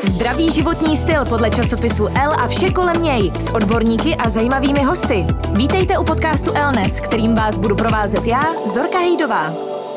Zdravý životní styl podle časopisu Elle a vše kolem něj s odborníky a zajímavými hosty. Vítejte u podcastu Elnes, kterým vás budu provázet já, Zorka Hejdová.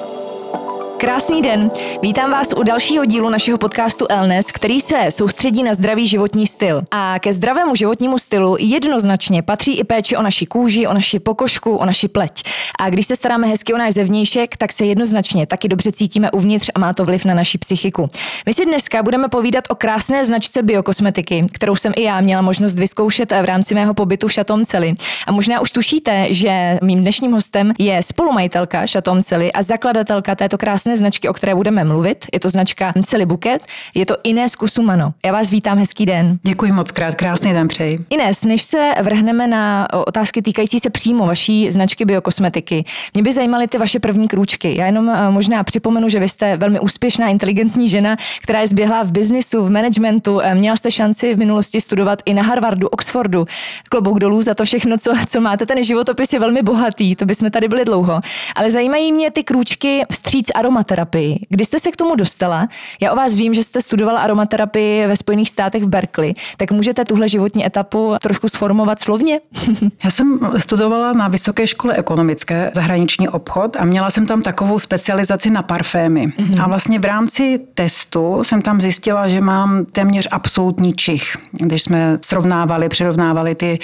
Krásný den, vítám vás u dalšího dílu našeho podcastu Elnes, který se soustředí na zdravý životní styl. A ke zdravému životnímu stylu jednoznačně patří i péče o naši kůži, o naši pokožku, o naši pleť. A když se staráme hezky o náš zevnějšek, tak se jednoznačně taky dobře cítíme uvnitř a má to vliv na naši psychiku. My si dneska budeme povídat o krásné značce biokosmetiky, kterou jsem i já měla možnost vyzkoušet v rámci mého pobytu v Chateau M'Celli. A možná už tušíte, že mým dnešním hostem je spolumajitelka Chateau M'Celli a zakladatelka této krásné značky, o které budeme mluvit. Je to značka M'Celli Buket, je to Inés Kusumano. Já vás vítám, hezký den. Děkuji moc krát, krásný den přeji. Inés, než se vrhneme na otázky týkající se přímo vaší značky biokosmetiky, mě by zajímaly ty vaše první krůčky. Já jenom možná připomenu, že vy jste velmi úspěšná, inteligentní žena, která je zběhlá v biznisu, v managementu. Měla jste šanci v minulosti studovat i na Harvardu, Oxfordu. Klobouk dolů za to všechno, co máte. Ten životopis je velmi bohatý, to bychom tady byli dlouho. Ale zajímají mě ty krůčky vstříc aromaterapii. Kdy jste se k tomu dostala? Já o vás vím, že jste studovala aromaterapii ve Spojených státech v Berkeley. Tak můžete tuhle životní etapu trošku sformovat slovně? Já jsem studovala na Vysoké škole ekonomické zahraniční obchod a měla jsem tam takovou specializaci na parfémy. A vlastně v rámci testu jsem tam zjistila, že mám téměř absolutní čich. Když jsme přirovnávali ty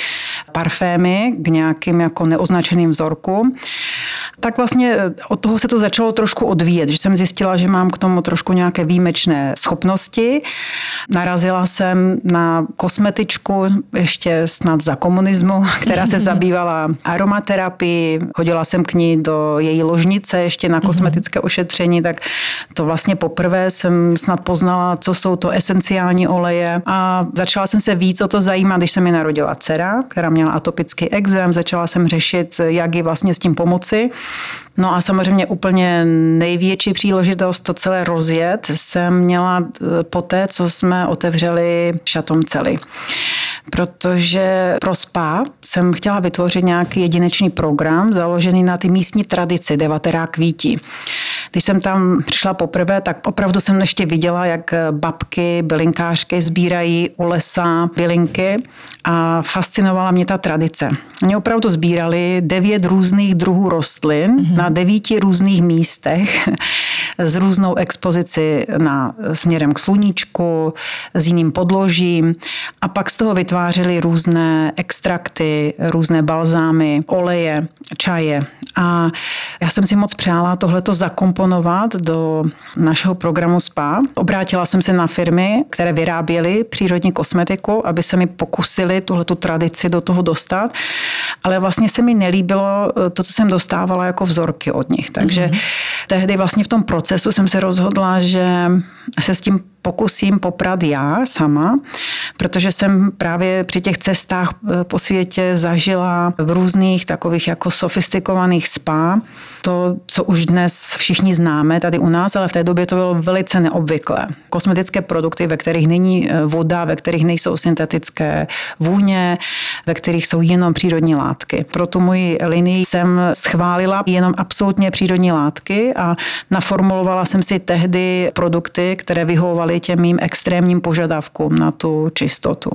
parfémy k nějakým jako neoznačeným vzorkům, tak vlastně od toho se to začalo trošku odvíjet, že jsem zjistila, že mám k tomu trošku nějaké výjimečné schopnosti. Narazila jsem na kosmetičku ještě snad za komunismu, která se zabývala aromaterapii. Chodila jsem k ní do její ložnice ještě na kosmetické ošetření, tak to vlastně poprvé jsem snad poznala, co jsou to esenciální oleje a začala jsem se víc o to zajímat, když se mi narodila dcera, která měla atopický ekzém, začala jsem řešit, jak ji vlastně s tím pomoci. No a samozřejmě úplně největší příležitost to celé rozjet jsem měla poté, co jsme otevřeli Chateau M'Celli. Protože pro spa jsem chtěla vytvořit nějaký jedinečný program založený na ty místní tradici Devatera kvítí. Když jsem tam přišla poprvé, tak opravdu jsem ještě viděla, jak babky, bylinkářky sbírají u lesa bylinky a fascinovala mě ta tradice. Oni opravdu sbírali 9 různých druhů rostlin na 9 různých místech s různou expozici směrem k sluníčku, s jiným podložím a pak z toho vytvářeli různé extrakty, různé balzámy, oleje, čaje. A já jsem si moc přála tohleto zakomponovat do našeho programu spa. Obrátila jsem se na firmy, které vyráběly přírodní kosmetiku, aby se mi pokusili tuhletu tradici do toho dostat, ale vlastně se mi nelíbilo to, co jsem dostávala jako vzorky od nich. Takže tehdy vlastně v tom procesu jsem se rozhodla, že se s tím pokusím poprat já sama, protože jsem právě při těch cestách po světě zažila v různých takových jako sofistikovaných spa. To, co už dnes všichni známe tady u nás, ale v té době to bylo velice neobvyklé. Kosmetické produkty, ve kterých není voda, ve kterých nejsou syntetické vůně, ve kterých jsou jenom přírodní látky. Pro tu moji linii jsem schválila jenom absolutně přírodní látky a naformulovala jsem si tehdy produkty, které vyhovovaly těm mým extrémním požadavkům na tu čistotu.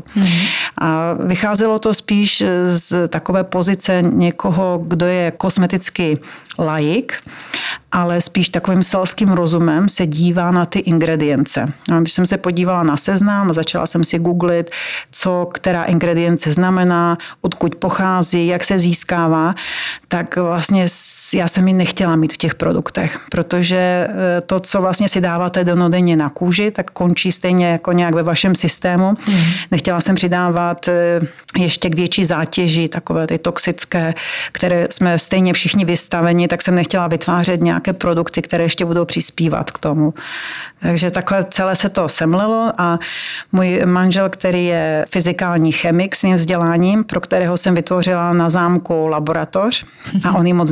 A vycházelo to spíš z takové pozice někoho, kdo je kosmeticky laik, ale spíš takovým selským rozumem se dívá na ty ingredience. A když jsem se podívala na seznam a začala jsem si googlit, co která ingredience znamená, odkud pochází, jak se získává, tak vlastně já jsem ji nechtěla mít v těch produktech, protože to, co vlastně si dáváte dennodenně na kůži, tak končí stejně jako nějak ve vašem systému. Nechtěla jsem přidávat ještě k větší zátěži, takové ty toxické, které jsme stejně všichni vystaveni, tak jsem nechtěla vytvářet nějaké produkty, které ještě budou přispívat k tomu. Takže takhle celé se to semlelo a můj manžel, který je fyzikální chemik svým vzděláním, pro kterého jsem vytvořila na zámku laboratoř a on ji moc nevyužíval,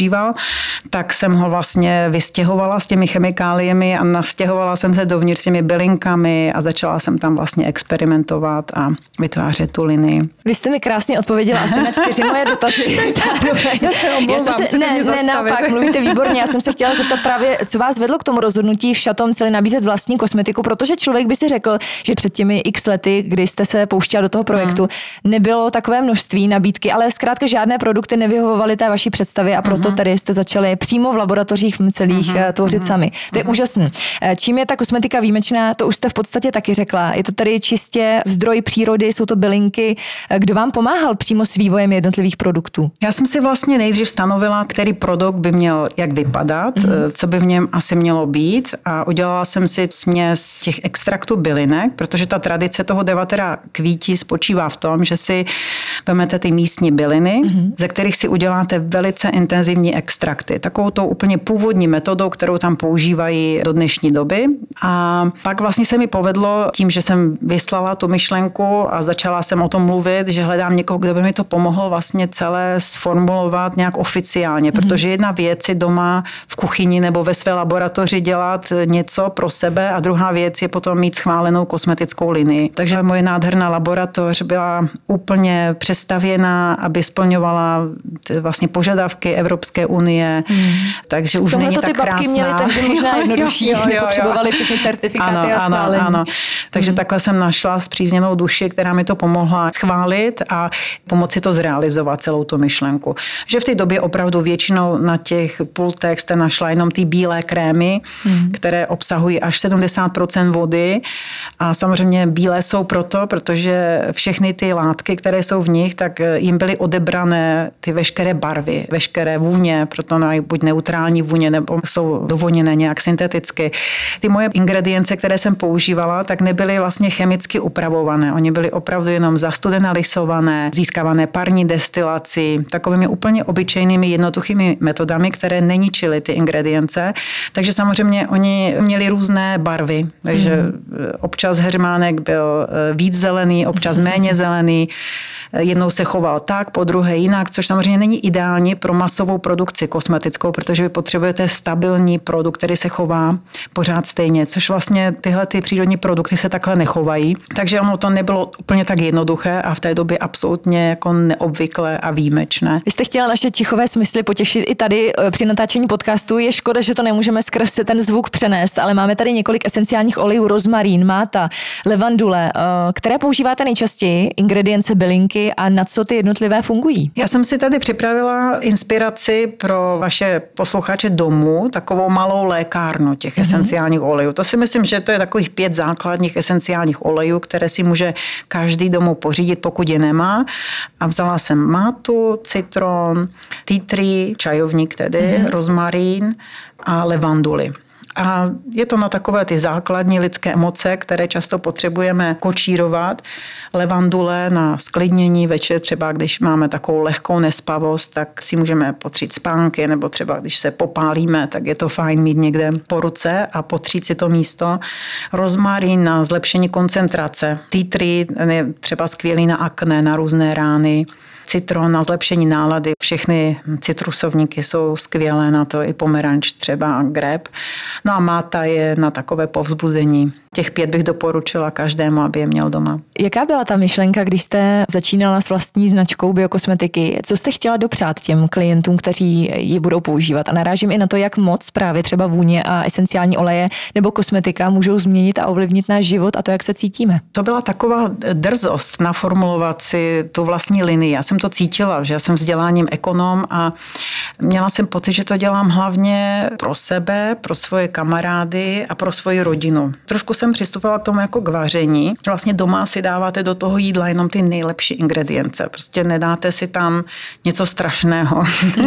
používal, tak jsem ho vlastně vystěhovala s těmi chemikáliemi a nastěhovala jsem se dovnitř těmi bylinkami a začala jsem tam vlastně experimentovat a vytvářet tu linii. Vy jste mi krásně odpověděla asi na 4 moje dotazy. Já se omlouvám, ne, naopak, mluvíte výborně. Já jsem se chtěla zeptat právě, co vás vedlo k tomu rozhodnutí v Chateau celý nabízet vlastní kosmetiku, protože člověk by si řekl, že před těmi x lety, kdy jste se pouštěla do toho projektu, nebylo takové množství nabídky, ale zkrátka žádné produkty nevyhovovaly té vaší představě a proto tady jste začali přímo v laboratořích celých tvořit sami. To je úžasné. Čím je ta kosmetika výjimečná, to už jste v podstatě taky řekla. Je to tady čistě zdroj přírody, jsou to bylinky. Kdo vám pomáhal přímo s vývojem jednotlivých produktů? Já jsem si vlastně nejdřív stanovila, který produkt by měl jak vypadat, co by v něm asi mělo být a udělala jsem si směs těch extraktů bylinek, protože ta tradice toho Devatera kvítí spočívá v tom, že si vezmete ty místní byliny, ze kterých si uděláte velice intenzivní extrakty. Takovou tou úplně původní metodou, kterou tam používají do dnešní doby. A pak vlastně se mi povedlo tím, že jsem vyslala tu myšlenku a začala jsem o tom mluvit, že hledám někoho, kdo by mi to pomohl vlastně celé sformulovat nějak oficiálně, protože jedna věc je doma v kuchyni nebo ve své laboratoři dělat něco pro sebe a druhá věc je potom mít schválenou kosmetickou linii. Takže moje nádherná laboratoř byla úplně přestavěná, aby splňovala vlastně požadavky Evropské unie, takže už není tak krásná. Tohle ty babky měly tehdy možná jednodušší, nepotřebovaly všechny certifikáty a schválení. Ano. Takže takhle jsem našla spřízněnou duši, která mi to pomohla schválit a pomoci to zrealizovat celou tu myšlenku. Že v té době opravdu většinou na těch pultech jste našla jenom ty bílé krémy, které obsahují až 70% vody a samozřejmě bílé jsou proto, protože všechny ty látky, které jsou v nich, tak jim byly odebrané ty veškeré barvy, veškeré vůně, proto mají buď neutrální vůně, nebo jsou dovoněné nějak synteticky. Ty moje ingredience, které jsem používala, tak nebyly vlastně chemicky upravované. Oni byly opravdu jenom zastudené lisované, získávané parní destilací, takovými úplně obyčejnými jednoduchými metodami, které neničily ty ingredience. Takže samozřejmě oni měli různé barvy. Takže občas heřmánek byl víc zelený, občas méně zelený. Jednou se choval tak, po druhé jinak, což samozřejmě není ideální pro masovou produkci kosmetickou, protože vy potřebujete stabilní produkt, který se chová pořád stejně, což vlastně tyhle ty přírodní produkty se takhle nechovají. Takže ono to nebylo úplně tak jednoduché a v té době absolutně jako neobvyklé a výjimečné. Vy jste chtěla naše čichové smysly potěšit i tady při natáčení podcastu. Je škoda, že to nemůžeme skrz ten zvuk přenést, ale máme tady několik esenciálních olejů, rozmarín, máta, levandule, které používáte nejčastěji, ingredience bylinky a na co ty jednotlivé fungují? Já jsem si tady připravila inspiraci pro vaše posluchače domů, takovou malou lékárnu těch esenciálních olejů. To si myslím, že to je takových 5 základních esenciálních olejů, které si může každý domů pořídit, pokud je nemá. A vzala jsem mátu, citron, tea tree, čajovník tedy, rozmarín a levanduli. A je to na takové ty základní lidské emoce, které často potřebujeme kočírovat. Levandule na sklidnění večer, třeba když máme takovou lehkou nespavost, tak si můžeme potřít spánky, nebo třeba když se popálíme, tak je to fajn mít někde po ruce a potřít si to místo. Rozmarín na zlepšení koncentrace. Tea tree je třeba skvělý na akné, na různé rány. Citron na zlepšení nálady. Všechny citrusovníky jsou skvělé na to, i pomeranč třeba a greb. No a máta je na takové povzbuzení. Těch 5 bych doporučila každému, aby je měl doma. Jaká byla ta myšlenka, když jste začínala s vlastní značkou biokosmetiky? Co jste chtěla dopřát těm klientům, kteří ji budou používat? A narážím i na to, jak moc právě třeba vůně a esenciální oleje nebo kosmetika můžou změnit a ovlivnit náš život a to, jak se cítíme. To byla taková drzost naformulovat si tu vlastní linii. Já jsem to cítila, že já jsem vzděláním ekonom a měla jsem pocit, že to dělám hlavně pro sebe, pro svoje kamarády a pro svoji rodinu. Trošku jsem přistupovala k tomu jako k vaření. Vlastně doma si dáváte do toho jídla jenom ty nejlepší ingredience. Prostě nedáte si tam něco strašného.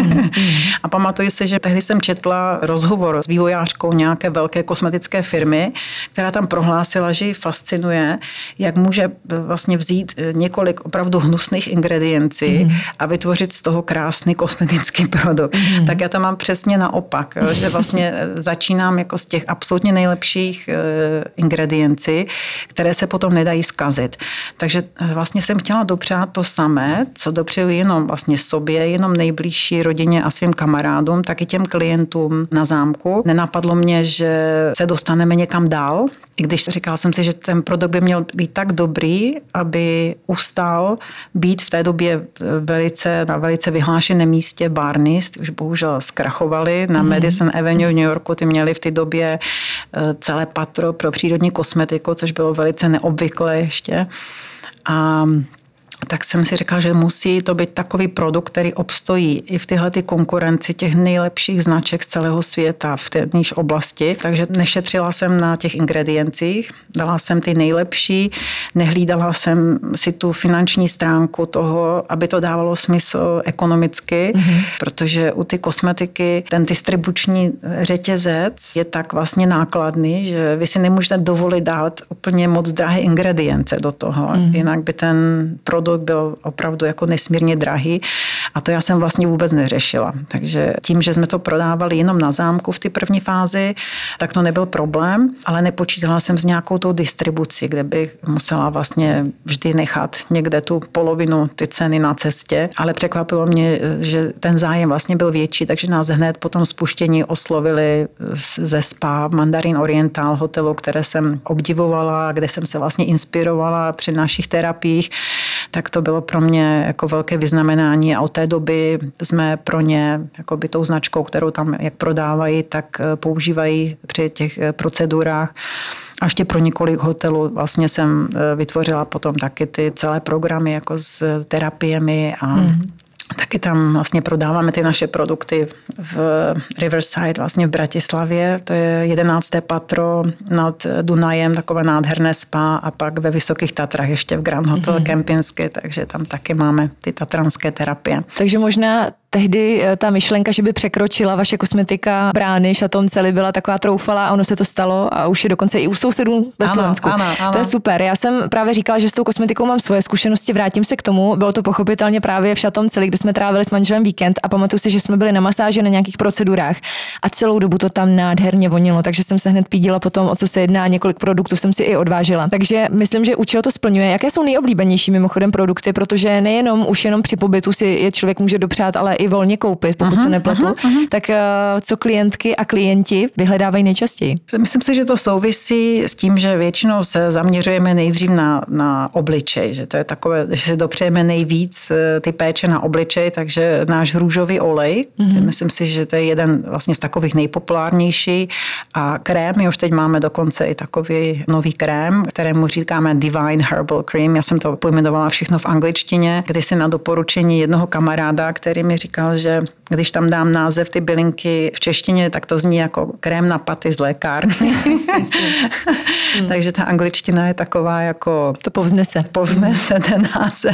A pamatuju si, že tehdy jsem četla rozhovor s vývojářkou nějaké velké kosmetické firmy, která tam prohlásila, že ji fascinuje, jak může vlastně vzít několik opravdu hnusných ingrediencí věci a vytvořit z toho krásný kosmetický produkt. Tak já to mám přesně naopak, že vlastně začínám jako z těch absolutně nejlepších ingrediencí, které se potom nedají zkazit. Takže vlastně jsem chtěla dopřát to samé, co dopřeju jenom vlastně sobě, jenom nejbližší rodině a svým kamarádům, tak i těm klientům na zámku. Nenapadlo mě, že se dostaneme někam dál, i když říkala jsem si, že ten produkt by měl být tak dobrý, aby ustál být v té době na velice vyhlášeném místě Barneys, už bohužel zkrachovali na Madison Avenue v New Yorku, ty měli v té době celé patro pro přírodní kosmetiku, což bylo velice neobvyklé ještě. A tak jsem si říkala, že musí to být takový produkt, který obstojí i v tyhle konkurenci těch nejlepších značek z celého světa v té níž oblasti. Takže nešetřila jsem na těch ingrediencích, dala jsem ty nejlepší, nehlídala jsem si tu finanční stránku toho, aby to dávalo smysl ekonomicky, protože u ty kosmetiky ten distribuční řetězec je tak vlastně nákladný, že vy si nemůžete dovolit dát úplně moc drahé ingredience do toho, jinak by ten produkt byl opravdu jako nesmírně drahý a to já jsem vlastně vůbec neřešila. Takže tím, že jsme to prodávali jenom na zámku v té první fázi, tak to nebyl problém, ale nepočítala jsem s nějakou tou distribucí, kde bych musela vlastně vždy nechat někde tu polovinu ty ceny na cestě, ale překvapilo mě, že ten zájem vlastně byl větší, takže nás hned po tom spuštění oslovili ze spa Mandarin Oriental hotelu, které jsem obdivovala, kde jsem se vlastně inspirovala při našich terapiích, tak to bylo pro mě jako velké vyznamenání a od té doby jsme pro ně jakoby tou značkou, kterou tam jak prodávají, tak používají při těch procedurách. A ještě pro několik hotelů vlastně jsem vytvořila potom taky ty celé programy jako s terapiemi a taky tam vlastně prodáváme ty naše produkty v Riverside, vlastně v Bratislavě. To je 11. patro nad Dunajem, takové nádherné spa a pak ve Vysokých Tatrách ještě v Grand Hotel Kempinski, takže tam taky máme ty tatranské terapie. Takže možná tehdy ta myšlenka, že by překročila vaše kosmetika brány, Chaton Celly byla taková troufala a ono se to stalo a už je dokonce i u sousedů ve Slovensku. Ano. To je super. Já jsem právě říkala, že s tou kosmetikou mám svoje zkušenosti, vrátím se k tomu. Bylo to pochopitelně právě v Chaton Celly, kde jsme trávili s manželem víkend a pamatuju si, že jsme byli na masáži na nějakých procedurách a celou dobu to tam nádherně vonilo, takže jsem se hned pídila potom, o co se jedná, několik produktů jsem si i odvážila. Takže myslím, že účel to splňuje. Jaké jsou nejoblíbenější mimochodem produkty, protože nejenom už jenom při pobytu si je člověk může dopřát, ale i volně koupit, pokud se nepletu. Tak co klientky a klienti vyhledávají nejčastěji? Myslím si, že to souvisí s tím, že většinou se zaměřujeme nejdřív na obličej, že to je takové, že si dopřejeme nejvíc ty péče na obličej, takže náš růžový olej, myslím si, že to je jeden vlastně z takových nejpopulárnější a krém, my už teď máme dokonce i takový nový krém, kterému říkáme Divine Herbal Cream, já jsem to pojmenovala všechno v angličtině, kdysi na doporučení jednoho kamaráda, který mi říkal, že když tam dám název ty bylinky v češtině, tak to zní jako krém na paty z lékárny. Takže ta angličtina je taková jako... To povznese. Povznese ten název.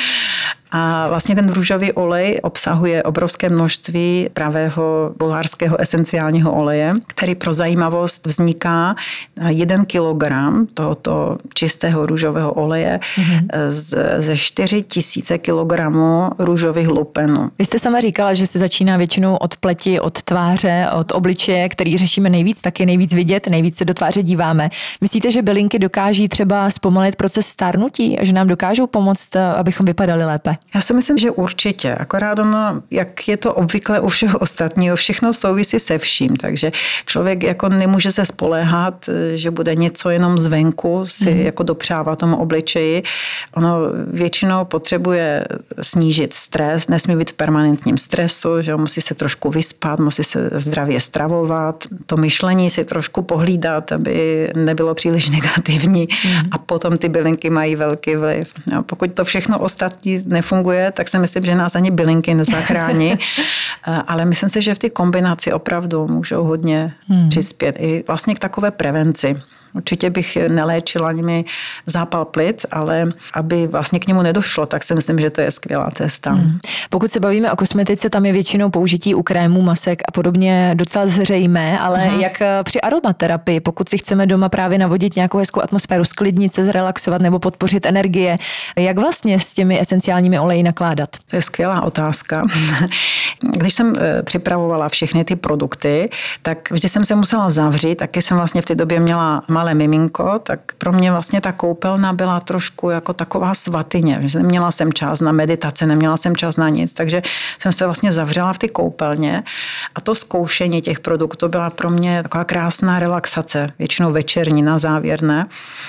A vlastně ten růžový olej obsahuje obrovské množství pravého bulharského esenciálního oleje, který pro zajímavost vzniká 1 kilogram tohoto čistého růžového oleje ze 4 000 kilogramů růžových lupenů. Vy jste sama říkala, že se začíná většinou od pleti, od tváře, od obličeje, který řešíme nejvíc, taky nejvíc vidět, nejvíc se do tváře díváme. Myslíte, že bylinky dokáží třeba zpomalit proces stárnutí a že nám dokážou pomoct, abychom vypadali lépe? Já si myslím, že určitě. Akorát ono, jak je to obvykle u všeho ostatního, všechno souvisí se vším. Takže člověk jako nemůže se spoléhat, že bude něco jenom zvenku si jako dopřávat tomu obličeji. Ono většinou potřebuje snížit stres, nesmí být v permanentním stresu, že musí se trošku vyspat, musí se zdravě stravovat, to myšlení si trošku pohlídat, aby nebylo příliš negativní a potom ty bylinky mají velký vliv. No, pokud to všechno ostatní nefunguje, tak si myslím, že nás ani bylinky nezachrání. Ale myslím si, že v té kombinaci opravdu můžou hodně přispět i vlastně k takové prevenci. Určitě bych neléčila nimi zápal plic, ale aby vlastně k němu nedošlo, tak si myslím, že to je skvělá cesta. Pokud se bavíme o kosmetice, tam je většinou použití u krémů, masek a podobně docela zřejmé, ale jak při aromaterapii, pokud si chceme doma právě navodit nějakou hezkou atmosféru, sklidnit se, zrelaxovat nebo podpořit energie, jak vlastně s těmi esenciálními oleji nakládat? To je skvělá otázka. Když jsem připravovala všechny ty produkty, tak vždy jsem se musela zavřít, taky jsem vlastně v té době měla malé miminko, tak pro mě vlastně ta koupelna byla trošku jako taková svatyně. Neměla jsem čas na meditace, neměla jsem čas na nic, takže jsem se vlastně zavřela v té koupelně a to zkoušení těch produktů byla pro mě taková krásná relaxace, většinou večerní na závěr, ne?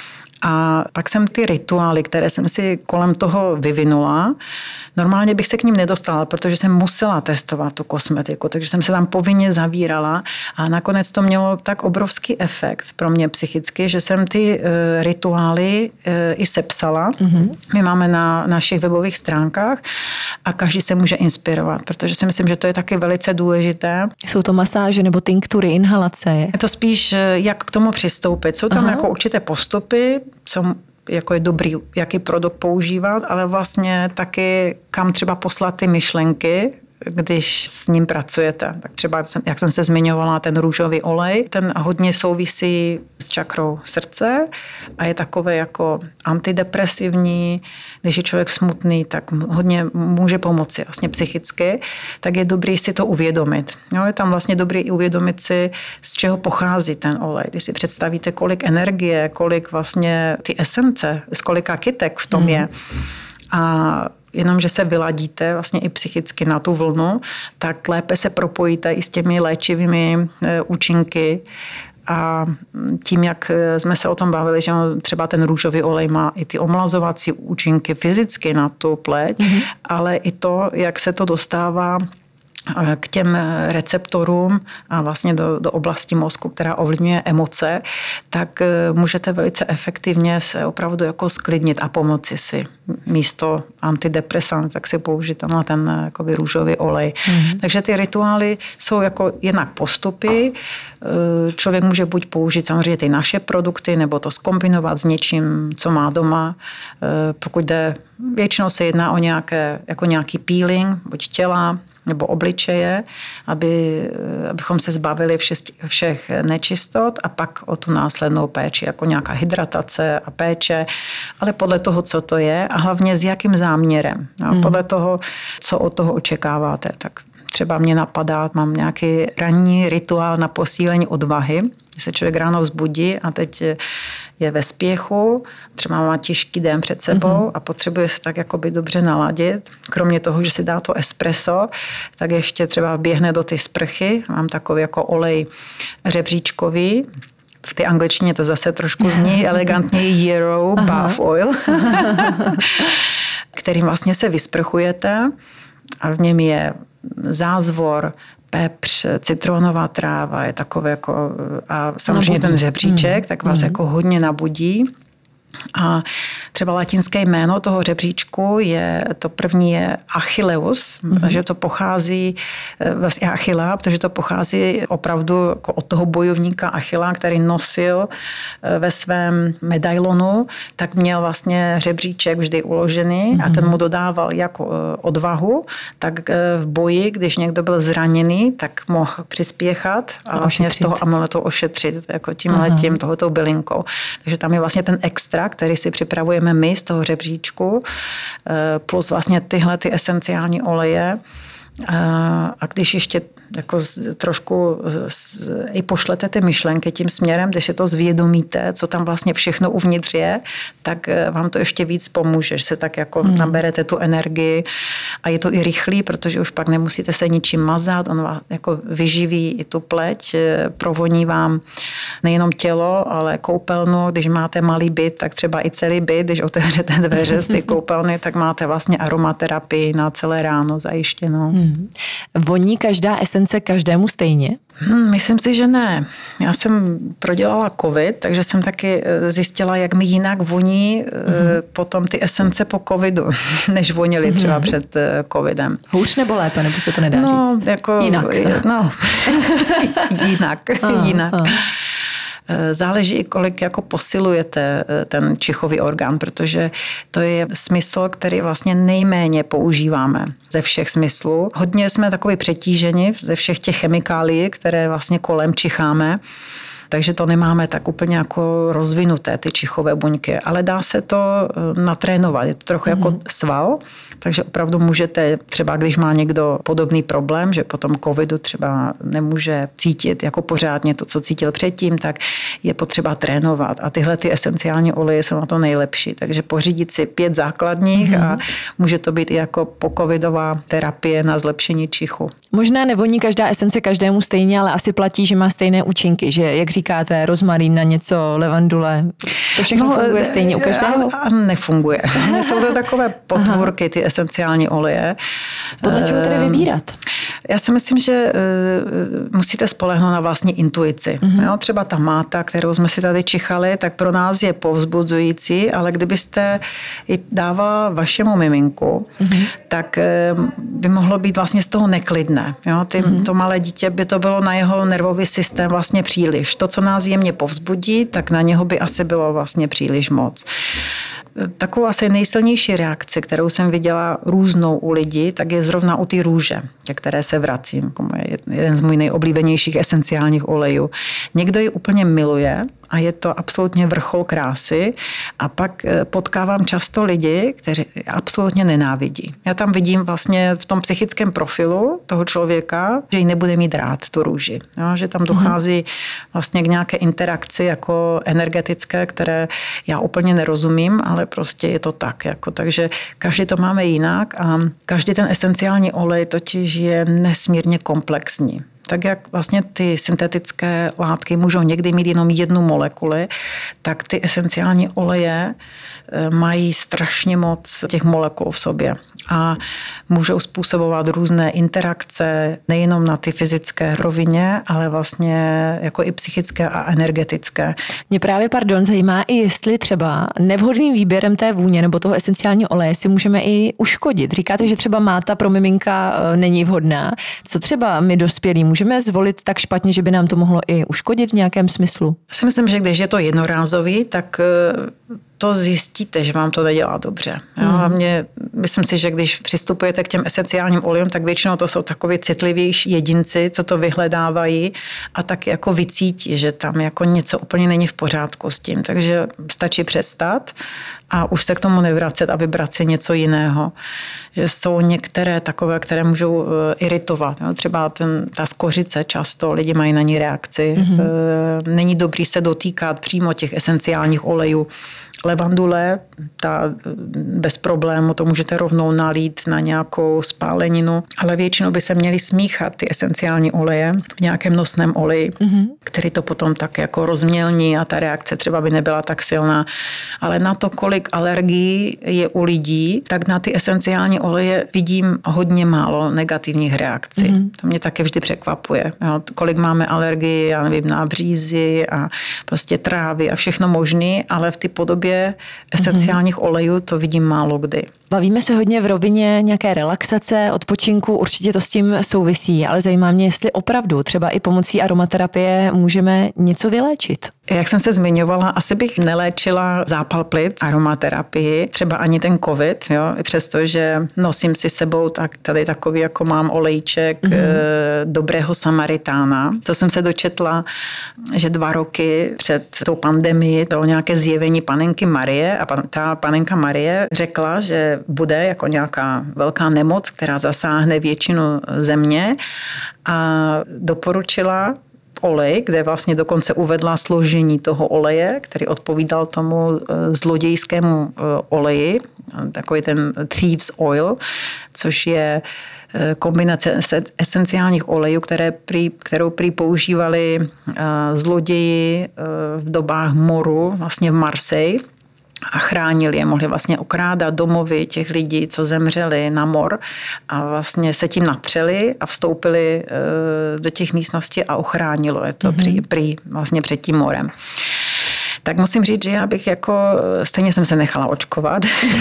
A pak jsem ty rituály, které jsem si kolem toho vyvinula, normálně bych se k ním nedostala, protože jsem musela testovat tu kosmetiku, takže jsem se tam povinně zavírala a nakonec to mělo tak obrovský efekt pro mě psychicky, že jsem ty rituály i sepsala. My máme na našich webových stránkách a každý se může inspirovat, protože si myslím, že to je taky velice důležité. Jsou to masáže nebo tinktury, inhalace? Je to spíš, jak k tomu přistoupit. Jsou tam jako určité postupy, co jako je dobrý, jaký produkt používat, ale vlastně taky kam třeba poslat ty myšlenky, když s ním pracujete. Tak třeba, jak jsem se zmiňovala, ten růžový olej, ten hodně souvisí s čakrou srdce a je takové jako antidepresivní. Když je člověk smutný, tak hodně může pomoci vlastně psychicky, tak je dobrý si to uvědomit. Jo, je tam vlastně dobrý i uvědomit si, z čeho pochází ten olej. Když si představíte, kolik energie, kolik vlastně ty esence, z kolika kytek v tom je. A jenom, že se vyladíte vlastně i psychicky na tu vlnu, tak lépe se propojíte i s těmi léčivými účinky. A tím, jak jsme se o tom bavili, že třeba ten růžový olej má i ty omlazovací účinky fyzicky na tu pleť, ale i to, jak se to dostává k těm receptorům a vlastně do oblasti mozku, která ovlivňuje emoce, tak můžete velice efektivně se opravdu jako sklidnit a pomoci si. Místo antidepresant, tak si použít tam ten jakoby růžový olej. Takže ty rituály jsou jako jednak postupy. Člověk může buď použít samozřejmě ty naše produkty, nebo to zkombinovat s něčím, co má doma. Pokud jde, většinou se jedná o nějaký peeling, buď těla, nebo obličeje, abychom se zbavili všech nečistot a pak o tu následnou péči, jako nějaká hydratace a péče, ale podle toho, co to je a hlavně s jakým záměrem. Podle toho, co od toho očekáváte. Tak třeba mě napadá, mám nějaký ranní rituál na posílení odvahy, když se člověk ráno vzbudí a teď je ve spěchu, třeba má těžký den před sebou a potřebuje se tak jakoby dobře naladit. Kromě toho, že si dá to espresso, tak ještě třeba běhne do ty sprchy. Mám takový jako olej řebříčkový. V té angličtině to zase trošku zní elegantněji Yarrow Bath Oil, kterým vlastně se vysprchujete a v něm je zázvor, pepř, citronová tráva, je takové jako, a samozřejmě ten řebříček, tak vás jako hodně nabudí. A třeba latinské jméno toho řebříčku to první je Achilleus, že to pochází vlastně Achilla, protože to pochází opravdu jako od toho bojovníka Achilla, který nosil ve svém medailonu, tak měl vlastně řebříček vždy uložený a ten mu dodával jako odvahu, tak v boji, když někdo byl zraněný, tak mohl přispěchat a vlastně z toho amuletu ošetřit jako tímhletím, tohletou bylinkou. Takže tam je vlastně ten extra, který si připravujeme my z toho řebříčku, plus vlastně tyhle ty esenciální oleje. A když ještě jako trošku i pošlete ty myšlenky tím směrem, když si to zvědomíte, co tam vlastně všechno uvnitř je, tak vám to ještě víc pomůže, že se tak jako naberete tu energii a je to i rychlý, protože už pak nemusíte se ničím mazat, on vás jako vyživí i tu pleť, provoní vám nejenom tělo, ale koupelnu, když máte malý byt, tak třeba i celý byt, když otevřete dveře z té koupelny, tak máte vlastně aromaterapii na celé ráno zajištěnou. Voní každá esence každému stejně? Myslím si, že ne. Já jsem prodělala covid, takže jsem taky zjistila, jak mi jinak voní potom ty esence po covidu, než vonily třeba před covidem. Hůř nebo lépe, nebo se to nedá říct? Jako, jinak. Jinak. Záleží, kolik jako posilujete ten čichový orgán, protože to je smysl, který vlastně nejméně používáme ze všech smyslů. Hodně jsme takový přetíženi ze všech těch chemikálií, které vlastně kolem čicháme. Takže to nemáme tak úplně jako rozvinuté, ty čichové buňky, ale dá se to natrénovat. Je to trochu jako sval, takže opravdu můžete, třeba když má někdo podobný problém, že po tom covidu třeba nemůže cítit jako pořádně to, co cítil předtím, tak je potřeba trénovat. A tyhle ty esenciální oleje jsou na to nejlepší. Takže pořídit si 5 základních a může to být i jako pocovidová terapie na zlepšení čichu. Možná nevoní každá esence každému stejně, ale asi platí, že má stejné účinky, že jak říkáte, rozmarín na něco, levandule, to všechno funguje stejně u každého? A nefunguje. Jsou to takové potvůrky, ty esenciální oleje. Podle čeho tedy vybírat? Já si myslím, že musíte spolehnout na vlastní intuici. Jo, třeba ta máta, kterou jsme si tady čichali, tak pro nás je povzbuzující, ale kdybyste ji dávala vašemu miminku, tak by mohlo být vlastně z toho neklidné. Jo, to malé dítě by to bylo na jeho nervový systém vlastně příliš. To, co nás jemně povzbudí, tak na něho by asi bylo vlastně příliš moc. Takovou asi nejsilnější reakci, kterou jsem viděla různou u lidí, tak je zrovna u té růže, ke které se vracím. Jako jeden z mojich nejoblíbenějších esenciálních olejů. Někdo ji úplně miluje a je to absolutně vrchol krásy. A pak potkávám často lidi, kteří absolutně nenávidí. Já tam vidím vlastně v tom psychickém profilu toho člověka, že ji nebude mít rád, tu růži. Jo, že tam dochází vlastně k nějaké interakci jako energetické, které já úplně nerozumím, ale prostě je to tak. Jako, takže každý to máme jinak a každý ten esenciální olej totiž je nesmírně komplexní. Tak jak vlastně ty syntetické látky můžou někdy mít jenom jednu molekuli, tak ty esenciální oleje mají strašně moc těch molekul v sobě a můžou způsobovat různé interakce nejenom na ty fyzické rovině, ale vlastně jako i psychické a energetické. Mě právě, zajímá i jestli třeba nevhodným výběrem té vůně nebo toho esenciálního oleje si můžeme i uškodit. Říkáte, že třeba máta pro miminka není vhodná. Co třeba my dospělí můžeme zvolit tak špatně, že by nám to mohlo i uškodit v nějakém smyslu? Já si myslím, že když je to jednorázový, tak to zjistíte, že vám to nedělá dobře. Jo? Hlavně myslím si, že když přistupujete k těm esenciálním olejům, tak většinou to jsou takový citlivější jedinci, co to vyhledávají a tak jako vycítí, že tam jako něco úplně není v pořádku s tím. Takže stačí přestat a už se k tomu nevracet a vybrat si něco jiného. Že jsou některé takové, které můžou iritovat. Jo? Třeba ta skořice často, lidi mají na ní reakci. Není dobrý se dotýkat přímo těch esenciálních olejů. Levandule, ta bez problému, to můžete rovnou nalít na nějakou spáleninu, ale většinou by se měly smíchat ty esenciální oleje v nějakém nosném oleji, který to potom tak jako rozmělní a ta reakce třeba by nebyla tak silná. Ale na to, kolik alergií je u lidí, tak na ty esenciální oleje vidím hodně málo negativních reakcí. To mě taky vždy překvapuje. Jo, kolik máme alergii, já nevím, na břízy a prostě trávy a všechno možné, ale v té podobě esenciálních olejů to vidím málo kdy. Bavíme se hodně v rovině nějaké relaxace, odpočinku, určitě to s tím souvisí, ale zajímá mě, jestli opravdu třeba i pomocí aromaterapie můžeme něco vyléčit. Jak jsem se zmiňovala, asi bych neléčila zápal plic aromaterapii, třeba ani ten covid, jo, přestože nosím si sebou tak tady takový, jako mám olejček dobrého Samaritána. To jsem se dočetla, že 2 roky před tou pandemií bylo nějaké zjevení panenky Marie a ta panenka Marie řekla, že bude jako nějaká velká nemoc, která zasáhne většinu země a doporučila olej, kde vlastně dokonce uvedla složení toho oleje, který odpovídal tomu zlodějskému oleji, takový ten thieves oil, což je kombinace esenciálních olejů, kterou prý používali zloději v dobách moru, vlastně v Marseille, a chránili je, mohli vlastně okrádat domovy těch lidí, co zemřeli na mor a vlastně se tím natřeli a vstoupili do těch místností a ochránilo je to prý vlastně před tím morem. Tak musím říct, že já bych stejně jsem se nechala očkovat,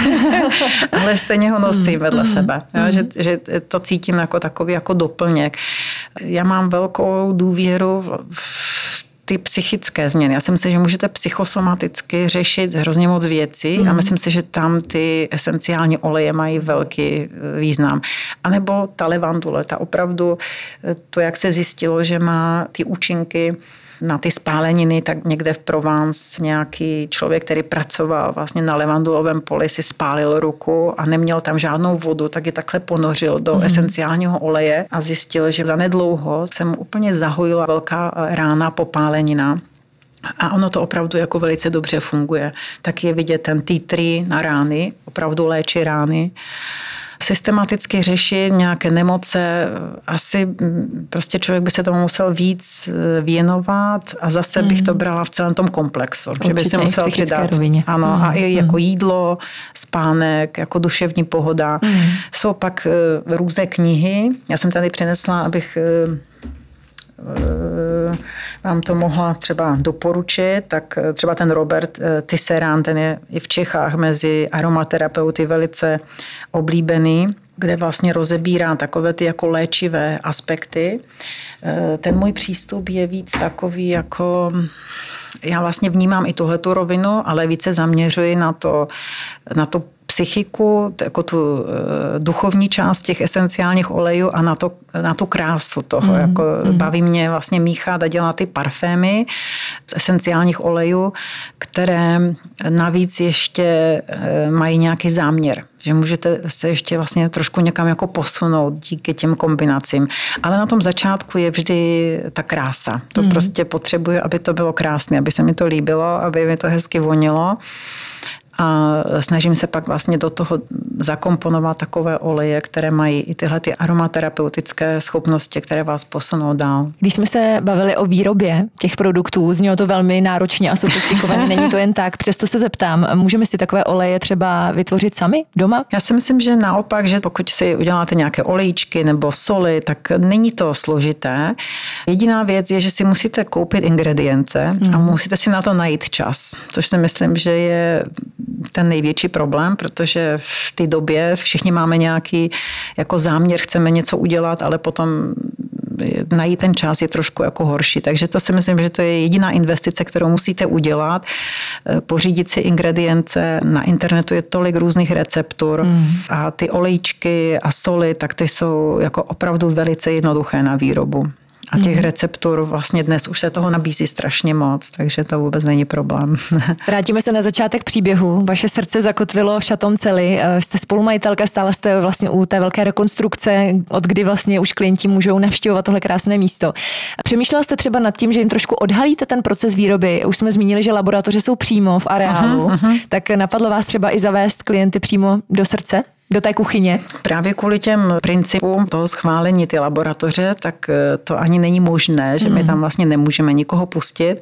ale stejně ho nosím vedle sebe. Jo, že to cítím jako takový jako doplněk. Já mám velkou důvěru v ty psychické změny. Já si myslím, že můžete psychosomaticky řešit hrozně moc věcí a myslím si, že tam ty esenciální oleje mají velký význam. A nebo ta levandule, ta opravdu, to, jak se zjistilo, že má ty účinky na ty spáleniny, tak někde v Provence nějaký člověk, který pracoval vlastně na levandulovém poli, si spálil ruku a neměl tam žádnou vodu, tak je takhle ponořil do esenciálního oleje a zjistil, že zanedlouho se mu úplně zahojila velká rána, popálenina. A ono to opravdu jako velice dobře funguje. Tak je vidět ten tea tree na rány, opravdu léčí rány. Systematicky řešit nějaké nemoce, asi prostě člověk by se tomu musel víc věnovat a zase bych to brala v celém tom komplexu. Určitě, že by se musel přidat. Rovině. Ano, a i jako jídlo, spánek, jako duševní pohoda. Jsou pak různé knihy. Já jsem tady přinesla, abych vám to mohla třeba doporučit, tak třeba ten Robert Tisserand, ten je i v Čechách mezi aromaterapeuty velice oblíbený, kde vlastně rozebírá takové ty jako léčivé aspekty. Ten můj přístup je víc takový jako... Já vlastně vnímám i tuhletu rovinu, ale více zaměřuji na to psychiku, jako tu duchovní část těch esenciálních olejů a na tu krásu toho. Jako baví mě vlastně míchat a dělat ty parfémy z esenciálních olejů, které navíc ještě mají nějaký záměr. Že můžete se ještě vlastně trošku někam jako posunout díky těm kombinacím. Ale na tom začátku je vždy ta krása. To prostě potřebuje, aby to bylo krásné, aby se mi to líbilo, aby mi to hezky vonilo. A snažím se pak vlastně do toho zakomponovat takové oleje, které mají i tyhle ty aromaterapeutické schopnosti, které vás posunou dál. Když jsme se bavili o výrobě těch produktů, znělo to velmi náročně a sofistikovaně, není to jen tak. Přesto se zeptám, můžeme si takové oleje třeba vytvořit sami doma? Já si myslím, že naopak, že pokud si uděláte nějaké olejčky nebo soli, tak není to složité. Jediná věc je, že si musíte koupit ingredience a musíte si na to najít čas, což si myslím, že je ten největší problém, protože v té době všichni máme nějaký jako záměr, chceme něco udělat, ale potom najít ten čas je trošku jako horší. Takže to si myslím, že to je jediná investice, kterou musíte udělat. Pořídit si ingredience. Na internetu je tolik různých receptur a ty olejčky a soli, tak ty jsou jako opravdu velice jednoduché na výrobu. A těch receptur vlastně dnes už se toho nabízí strašně moc, takže to vůbec není problém. Vrátíme se na začátek příběhu. Vaše srdce zakotvilo v Chateau Celly. Jste spolumajitelka, stále jste vlastně u té velké rekonstrukce, od kdy vlastně už klienti můžou navštěvovat tohle krásné místo. Přemýšlela jste třeba nad tím, že jim trošku odhalíte ten proces výroby? Už jsme zmínili, že laboratoře jsou přímo v areálu. Tak napadlo vás třeba i zavést klienty přímo do srdce? Do té kuchyně? Právě kvůli těm principům toho schválení ty laboratoře, tak to ani není možné, že my tam vlastně nemůžeme nikoho pustit.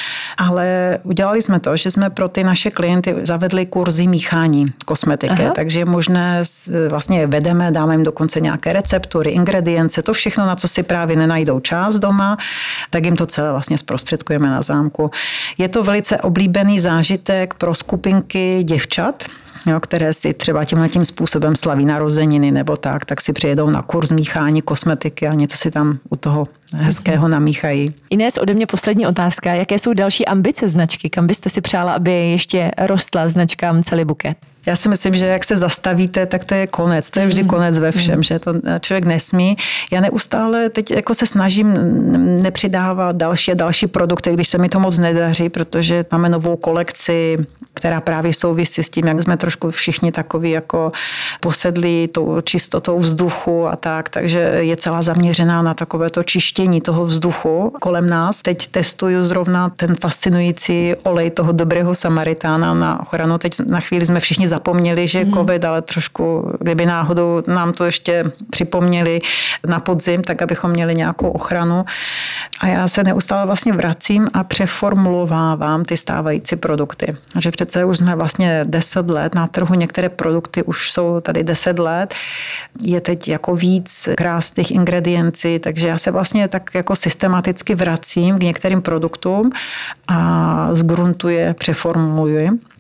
Ale udělali jsme to, že jsme pro ty naše klienty zavedli kurzy míchání kosmetiky, takže je možné, vlastně vedeme, dáme jim dokonce nějaké receptury, ingredience, to všechno, na co si právě nenajdou čas doma, tak jim to celé vlastně zprostředkujeme na zámku. Je to velice oblíbený zážitek pro skupinky děvčat, které si třeba tímhletím způsobem slaví narozeniny nebo tak si přijedou na kurz míchání kosmetiky a něco si tam u toho hezkého namíchají. Inés, ode mě poslední otázka. Jaké jsou další ambice značky? Kam byste si přála, aby ještě rostla značka Celly Bouquet? Já si myslím, že jak se zastavíte, tak to je konec. To je vždy konec ve všem, že to člověk nesmí. Já neustále teď jako se snažím nepřidávat další produkty, když se mi to moc nedaří, protože máme novou kolekci, která právě souvisí s tím, jak jsme trošku všichni takový jako posedlí tou čistotou vzduchu a tak, takže je celá zaměřená na takové to čištění toho vzduchu kolem nás. Teď testuju zrovna ten fascinující olej toho dobrého Samaritána na ochranu. Teď na chvíli jsme všichni zapomněli, že je covid, ale trošku, kdyby náhodou nám to ještě připomněli na podzim, tak abychom měli nějakou ochranu. A já se neustále vlastně vracím a přeformulovávám ty stávající produkty. Že přece už jsme vlastně 10 let na trhu, některé produkty už jsou tady 10 let. Je teď jako víc krásných ingrediencí, takže já se vlastně tak jako systematicky vracím k některým produktům a zgruntuji, přeformuluji.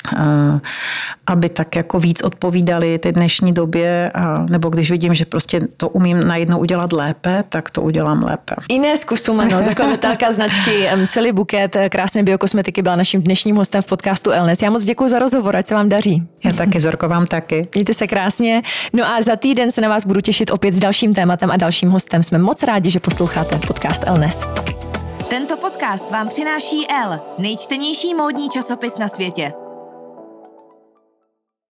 aby tak jako víc odpovídali té dnešní době, nebo když vidím, že prostě to umím najednou udělat lépe, tak to udělám lépe. Inés Kusumano, zakladatelka značky Celý buket krásné biokosmetiky, byla naším dnešním hostem v podcastu Elnes. Já moc děkuji za rozhovor, ať se vám daří. Já taky, Zorko, vám taky. Mějte se krásně. No a za týden se na vás budu těšit opět s dalším tématem a dalším hostem. Jsme moc rádi, že posloucháte podcast Elnes. Tento podcast vám přináší Elle, nejčtenější módní časopis na světě.